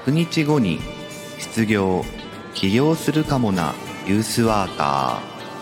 100日後に失業起業するかもなユースワーカ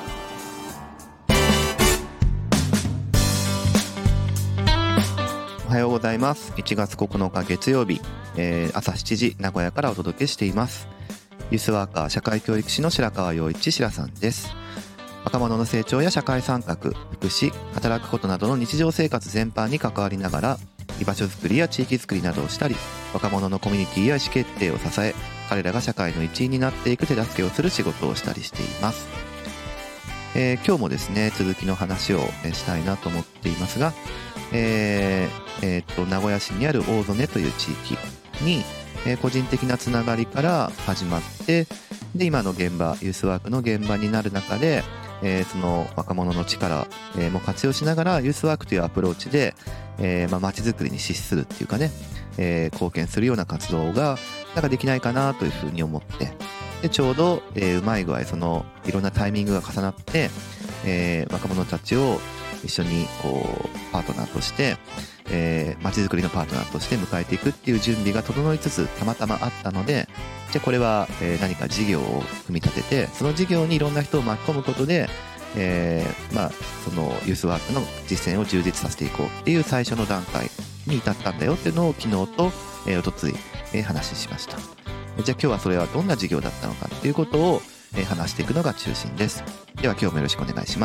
ー。おはようございます。1月9日月曜日、朝7時名古屋からお届けしています。ユースワーカー社会教育士の白川陽一白さんです。若者の成長や社会参画、福祉、働くことなどの日常生活全般に関わりながら居場所づくりや地域づくりなどをしたり、若者のコミュニティや意思決定を支え、彼らが社会の一員になっていく手助けをする仕事をしたりしています。今日もですね、続きの話をしたいなと思っていますが、名古屋市にある大曽根という地域に、個人的なつながりから始まって、で今の現場、ユースワークの現場になる中で、その若者の力も活用しながらユースワークというアプローチで、街づくりに資するっていうかね、貢献するような活動がなんかできないかなというふうに思って、でちょうど、うまい具合そのいろんなタイミングが重なって、若者たちを一緒にこうパートナーとして、街づくりのパートナーとして迎えていくっていう準備が整いつつたまたまあったので、じゃあこれは何か事業を組み立てて、その事業にいろんな人を巻き込むことで、そのユースワークの実践を充実させていこうっていう最初の段階に至ったんだよっていうのを昨日とおとつい話しました。じゃあ今日はそれはどんな事業だったのかっていうことを話していくのが中心です。では今日もよろしくお願いします。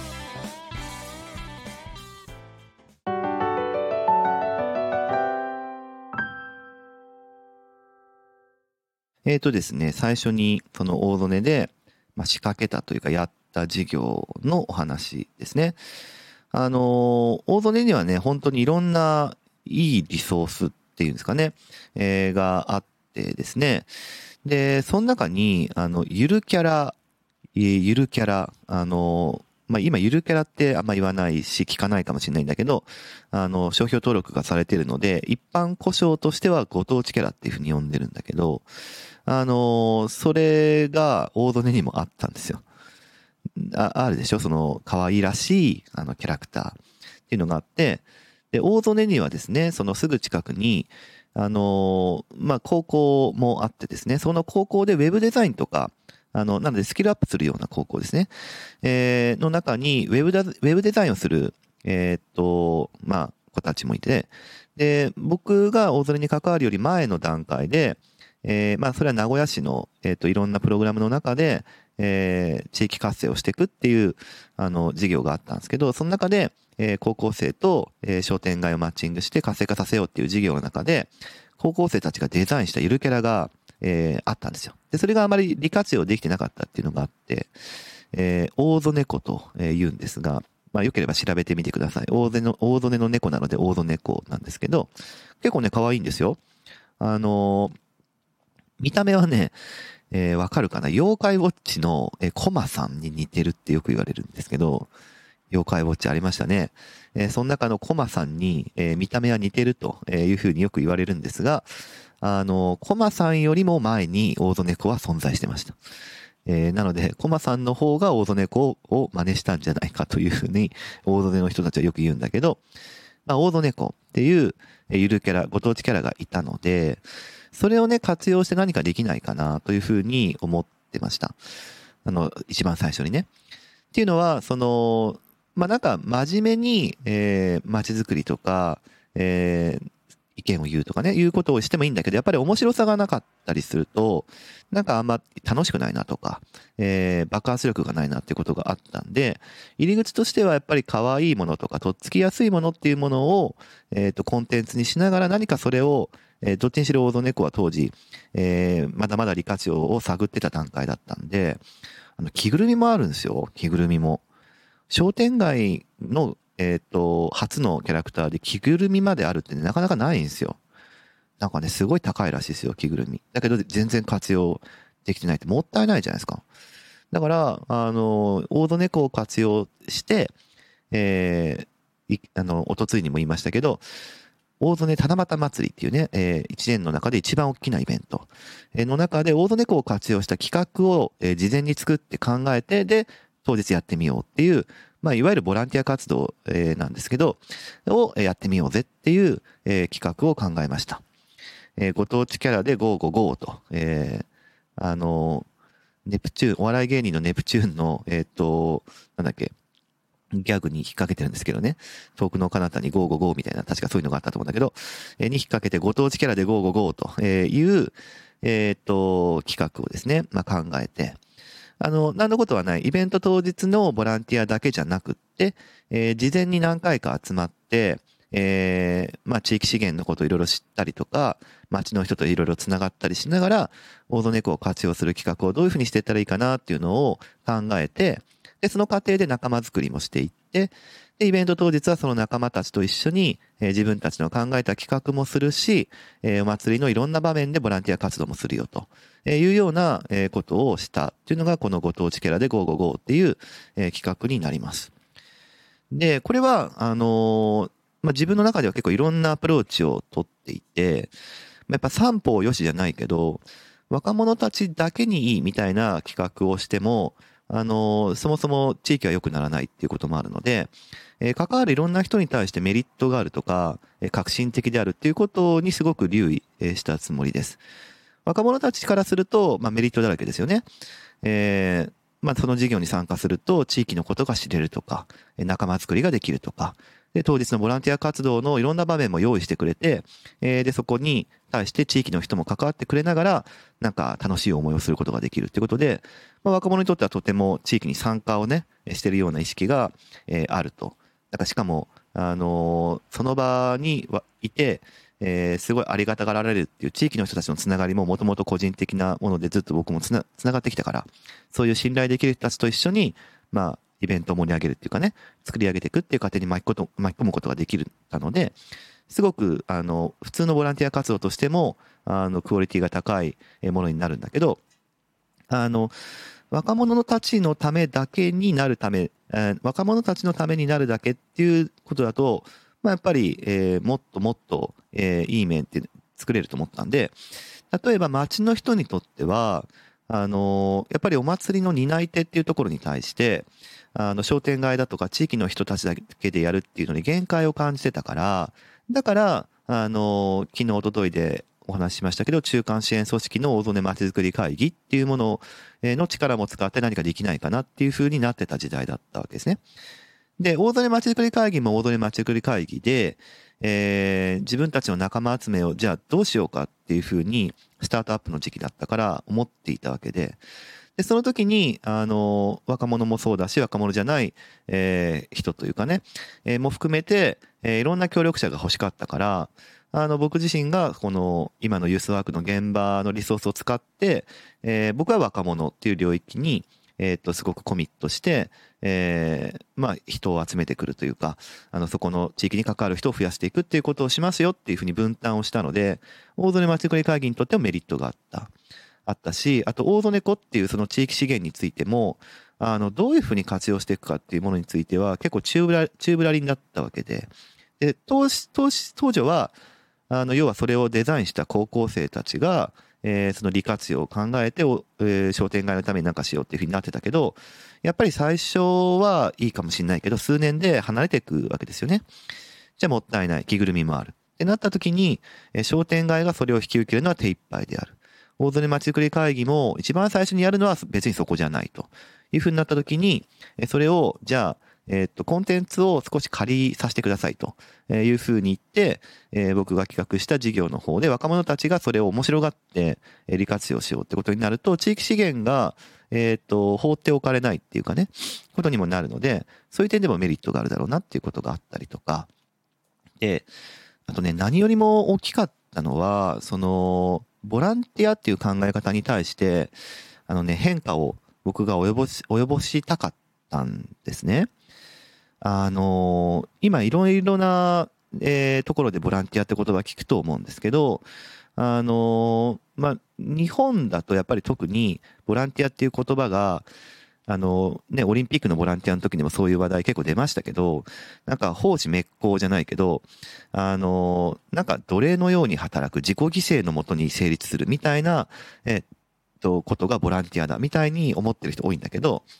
ですね、最初にその大曽根で、仕掛けたというかやった事業のお話ですね。大曽根にはね、本当にいろんないいリソースっていうんですかね、があってですね。で、その中に、ゆるキャラ、今ゆるキャラってあんま言わないし聞かないかもしれないんだけど、商標登録がされているので、一般呼称としてはご当地キャラっていうふうに呼んでるんだけど、それが大曽根にもあったんですよ。あるでしょ、その可愛らしいキャラクターっていうのがあって、で、大曽根にはですね、そのすぐ近くに、高校もあってですね、その高校でウェブデザインとか、なのでスキルアップするような高校ですね、の中にウェブデザインをする、子たちもいて、で、僕が大曽根に関わるより前の段階で、それは名古屋市の、いろんなプログラムの中で、地域活性をしていくっていう、事業があったんですけど、その中で、高校生と、商店街をマッチングして活性化させようっていう事業の中で、高校生たちがデザインしたゆるキャラが、あったんですよ。で、それがあまり利活用できてなかったっていうのがあって、大曽根子と言うんですが、よければ調べてみてください。大曽根の猫なので大曽根子なんですけど、結構ね、可愛いんですよ。見た目はね、わかるかな、妖怪ウォッチのコマさんに似てるってよく言われるんですけど、妖怪ウォッチありましたね。その中のコマさんに、見た目は似てるというふうによく言われるんですが、コマさんよりも前に大曽根子は存在してました。なので、コマさんの方が大曽根子を真似したんじゃないかというふうに、大曽根の人たちはよく言うんだけど、大曽根子っていうゆるキャラ、ご当地キャラがいたので、それをね、活用して何かできないかなというふうに思ってました。一番最初にね。っていうのは、なんか真面目に、街づくりとか、意見を言うとかね、いうことをしてもいいんだけど、やっぱり面白さがなかったりすると、なんかあんま楽しくないなとか、爆発力がないなっていうことがあったんで、入り口としてはやっぱり可愛いものとか、とっつきやすいものっていうものを、コンテンツにしながら何かそれを、どっちにしろ大曽根子は当時、まだまだ利活用を探ってた段階だったんで、着ぐるみもあるんですよ、着ぐるみも。商店街の初のキャラクターで着ぐるみまであるってね、なかなかないんですよ。なんかね、すごい高いらしいですよ、着ぐるみ。だけど全然活用できてないってもったいないじゃないですか。だから、大曽根子を活用して、おとついにも言いましたけど、大曽根七夕祭りっていうね、一年の中で一番大きなイベントの中で大曽根子を活用した企画を事前に作って考えて、で、当日やってみようっていう、いわゆるボランティア活動なんですけど、をやってみようぜっていう企画を考えました。 ご当地キャラでゴーゴーゴーと、ネプチューン、お笑い芸人のネプチューンの、なんだっけ、ギャグに引っ掛けてるんですけどね。遠くの彼方にゴーゴーゴーみたいな、確かそういうのがあったと思うんだけど、に引っ掛けてご当地キャラでゴーゴーゴーという、企画をですね、考えて、何のことはない。イベント当日のボランティアだけじゃなくって、事前に何回か集まって、地域資源のことをいろいろ知ったりとか、町の人といろいろつながったりしながら、大曽根湖を活用する企画をどういうふうにしていったらいいかなっていうのを考えて、で、その過程で仲間づくりもしていって、で、イベント当日はその仲間たちと一緒に、自分たちの考えた企画もするし、お祭りのいろんな場面でボランティア活動もするよというようなことをしたっていうのがこのご当地キャラでゴーゴーゴーっていう企画になります。で、これは、自分の中では結構いろんなアプローチをとっていて、やっぱ三方よしじゃないけど、若者たちだけにいいみたいな企画をしても、そもそも地域は良くならないっていうこともあるので、関わるいろんな人に対してメリットがあるとか、革新的であるっていうことにすごく留意したつもりです。若者たちからすると、メリットだらけですよね。その事業に参加すると地域のことが知れるとか、仲間作りができるとか、で、当日のボランティア活動のいろんな場面も用意してくれて、で、そこに対して地域の人も関わってくれながら、なんか楽しい思いをすることができるっていうことで、若者にとってはとても地域に参加をね、してるような意識が、あると。だからしかも、その場にいて、すごいありがたがられるっていう地域の人たちのつながりももともと個人的なものでずっと僕もつながってきたから、そういう信頼できる人たちと一緒に、イベントを盛り上げるっていうかね、作り上げていくっていう過程に巻き込むことができるので、すごく、普通のボランティア活動としても、クオリティが高いものになるんだけど、若者たちのためだけになるため、若者たちのためになるだけっていうことだと、やっぱり、もっともっと、いい面って作れると思ったんで、例えば町の人にとっては、やっぱりお祭りの担い手っていうところに対して、商店街だとか地域の人たちだけでやるっていうのに限界を感じてたから、だから、昨日、一昨日でお話ししましたけど、中間支援組織の大曽根まちづくり会議っていうものの力も使って何かできないかなっていう風になってた時代だったわけですね。で、大曽根まちづくり会議も大曽根まちづくり会議で、自分たちの仲間集めをじゃあどうしようかっていう風にスタートアップの時期だったから思っていたわけで、で、その時に、若者もそうだし、若者じゃない、人というかね、も含めて、いろんな協力者が欲しかったから、僕自身がこの今のユースワークの現場のリソースを使って、僕は若者っていう領域に、すごくコミットして、人を集めてくるというか、そこの地域に関わる人を増やしていくっていうことをしますよっていうふうに分担をしたので、大曽根まちづくり会議にとってもメリットがあったし、あと大曽根湖っていうその地域資源についても、どういうふうに活用していくかっていうものについては結構宙ぶらりになったわけで、で、当初は、要はそれをデザインした高校生たちが、その利活用を考えて、商店街のために何かしようっていうふうになってたけど、やっぱり最初はいいかもしれないけど、数年で離れていくわけですよね。じゃあもったいない。着ぐるみもある。ってなった時に、商店街がそれを引き受けるのは手一杯である。大曽根まちづくり会議も一番最初にやるのは別にそこじゃないというふうになった時に、それを、じゃあ、コンテンツを少し借りさせてくださいというふうに言って、僕が企画した事業の方で若者たちがそれを面白がって利活用しようってことになると、地域資源が、放っておかれないっていうかね、ことにもなるので、そういう点でもメリットがあるだろうなっていうことがあったりとか。で、あとね、何よりも大きかったのは、その、ボランティアっていう考え方に対して、変化を僕が及ぼしたかったんですね。今いろいろな、ところでボランティアって言葉聞くと思うんですけど、日本だとやっぱり特にボランティアっていう言葉が、オリンピックのボランティアの時にもそういう話題結構出ましたけど、なんか奉仕滅法じゃないけど、なんか奴隷のように働く自己犠牲のもとに成立するみたいな、ことがボランティアだみたいに思ってる人多いんだけど、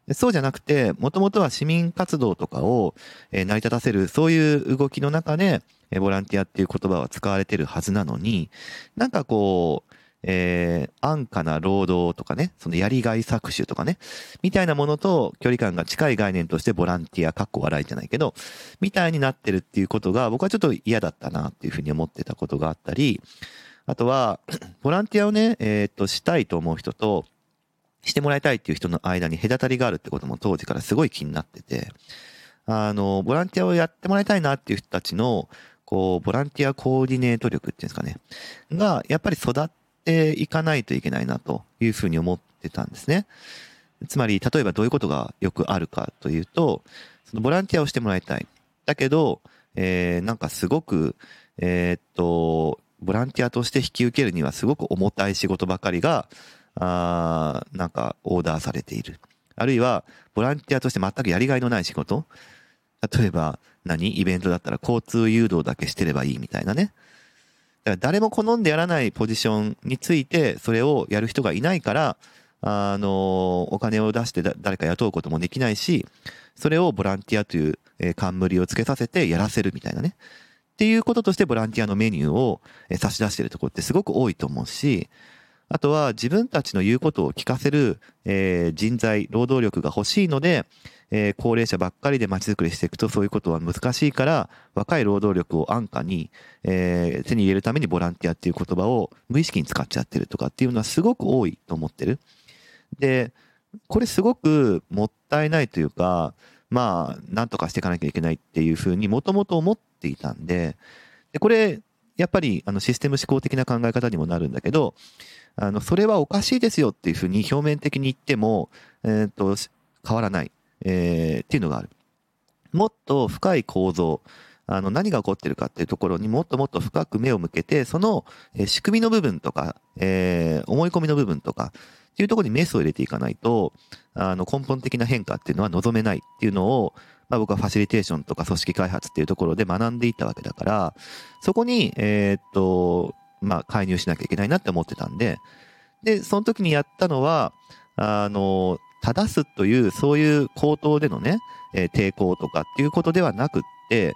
そうじゃなくて、もともとは市民活動とかを成り立たせる、そういう動きの中で、ボランティアっていう言葉は使われてるはずなのに、なんかこう、安価な労働とかね、そのやりがい搾取とかね、みたいなものと距離感が近い概念としてボランティア、かっこ笑いじゃないけど、みたいになってるっていうことが僕はちょっと嫌だったなっていうふうに思ってたことがあったり、あとは、ボランティアをね、したいと思う人と、してもらいたいっていう人の間に隔たりがあるってことも当時からすごい気になってて、ボランティアをやってもらいたいなっていう人たちの、こう、ボランティアコーディネート力っていうんですかね、が、やっぱり育っていかないといけないなというふうに思ってたんですね。つまり、例えばどういうことがよくあるかというと、そのボランティアをしてもらいたい。だけど、なんかすごく、ボランティアとして引き受けるにはすごく重たい仕事ばかりが、なんかオーダーされている。あるいは、ボランティアとして全くやりがいのない仕事。例えば、イベントだったら交通誘導だけしてればいいみたいなね。だから誰も好んでやらないポジションについて、それをやる人がいないから、お金を出して誰か雇うこともできないし、それをボランティアという、冠をつけさせてやらせるみたいなね。っていうこととしてボランティアのメニューを差し出しているところってすごく多いと思うし、あとは自分たちの言うことを聞かせる、人材、労働力が欲しいので、高齢者ばっかりで街づくりしていくとそういうことは難しいから、若い労働力を安価に、手に入れるためにボランティアっていう言葉を無意識に使っちゃってるとかっていうのはすごく多いと思ってる。で、これすごくもったいないというか、まあ、なんとかしていかなきゃいけないっていうふうにもともと思っていたんで、これ、やっぱりシステム思考的な考え方にもなるんだけど、それはおかしいですよっていうふうに表面的に言っても、変わらない、っていうのがある。もっと深い構造、何が起こってるかっていうところにもっともっと深く目を向けて、その仕組みの部分とか、思い込みの部分とか、っていうところにメスを入れていかないと、根本的な変化っていうのは望めないっていうのを、まあ僕はファシリテーションとか組織開発っていうところで学んでいったわけだから、そこに、まあ介入しなきゃいけないなって思ってたんで、で、その時にやったのは、正すという、そういう口頭でのね、抵抗とかっていうことではなくって、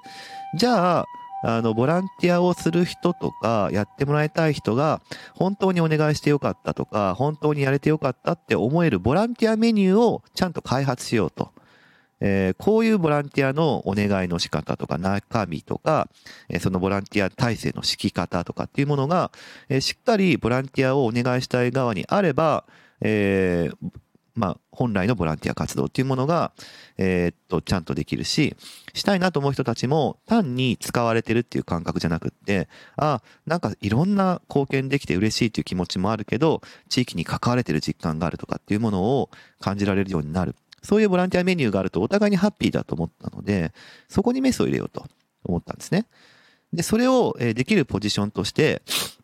じゃあ、ボランティアをする人とか、やってもらいたい人が、本当にお願いしてよかったとか、本当にやれてよかったって思えるボランティアメニューをちゃんと開発しようと。こういうボランティアのお願いの仕方とか中身とか、そのボランティア体制の敷き方とかっていうものが、しっかりボランティアをお願いしたい側にあれば、まあ、本来のボランティア活動っていうものが、ちゃんとできるし、したいなと思う人たちも単に使われてるっていう感覚じゃなくって、なんかいろんな貢献できて嬉しいっていう気持ちもあるけど、地域に関われてる実感があるとかっていうものを感じられるようになる。そういうボランティアメニューがあるとお互いにハッピーだと思ったので、そこにメスを入れようと思ったんですね。で、それをできるポジションとして、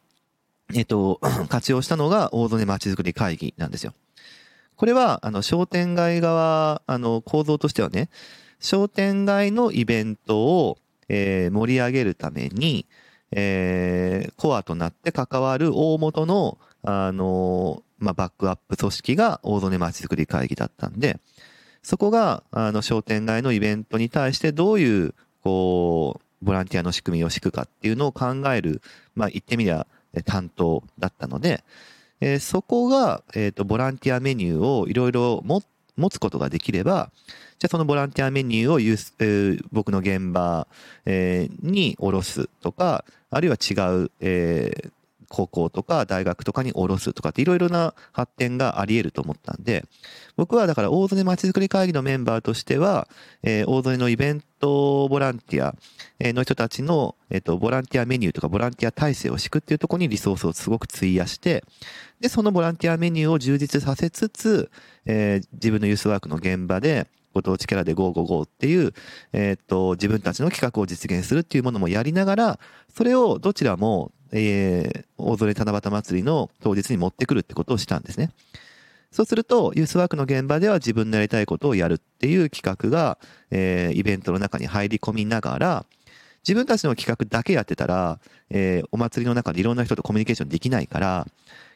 活用したのが大曽根まちづくり会議なんですよ。これは、商店街側、構造としてはね、商店街のイベントを、盛り上げるために、コアとなって関わる大元の、まあ、バックアップ組織が大曽根まちづくり会議だったんで、そこが、商店街のイベントに対してどういう、こう、ボランティアの仕組みを敷くかっていうのを考える、まあ、言ってみりゃ、担当だったので、そこが、ボランティアメニューをいろいろ持つことができれば、じゃあそのボランティアメニューを僕の現場、に下ろすとか、あるいは違う、高校とか大学とかに下ろすとかっていろいろな発展があり得ると思ったんで、僕はだから大曽根まちづくり会議のメンバーとしては、大曽根のイベントボランティアの人たちの、ボランティアメニューとかボランティア体制を敷くっていうところにリソースをすごく費やして、で、そのボランティアメニューを充実させつつ、自分のユースワークの現場で、ご当地キャラで555っていう、自分たちの企画を実現するっていうものもやりながら、それをどちらも、大曽根七夕祭りの当日に持ってくるってことをしたんですね。そうすると、ユースワークの現場では自分のやりたいことをやるっていう企画が、イベントの中に入り込みながら、自分たちの企画だけやってたら、お祭りの中でいろんな人とコミュニケーションできないから、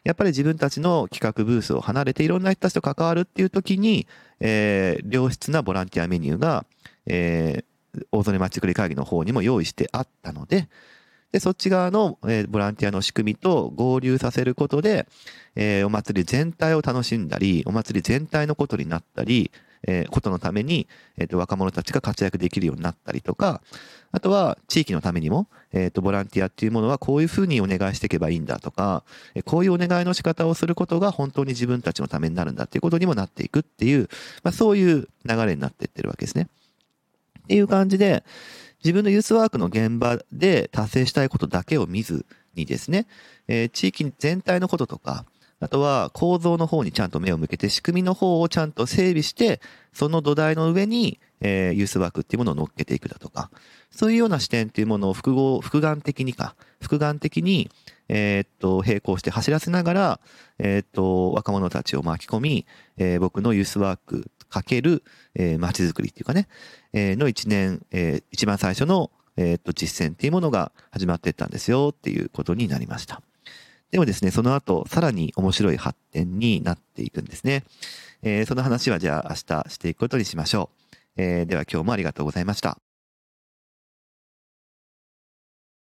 やっぱり自分たちの企画ブースを離れていろんな人たちと関わるっていう時に、良質なボランティアメニューが、大曽根まちづくり会議の方にも用意してあったので、そっち側の、ボランティアの仕組みと合流させることで、お祭り全体を楽しんだり、お祭り全体のことになったり、ことのために、若者たちが活躍できるようになったりとか、あとは地域のためにも、ボランティアっていうものはこういうふうにお願いしていけばいいんだとか、こういうお願いの仕方をすることが本当に自分たちのためになるんだっていうことにもなっていくっていう、そういう流れになっていってるわけですね。っていう感じで、自分のユースワークの現場で達成したいことだけを見ずにですね、地域全体のこととか、あとは構造の方にちゃんと目を向けて仕組みの方をちゃんと整備して、その土台の上に、ユースワークっていうものを乗っけていくだとか、そういうような視点っていうものを複眼的に、並行して走らせながら、若者たちを巻き込み、僕のユースワークかける、街づくりっていうかね、の一番最初の、実践っていうものが始まっていったんですよっていうことになりました。でもですね、その後、さらに面白い発展になっていくんですね。その話はじゃあ明日していくことにしましょう。では今日もありがとうございました。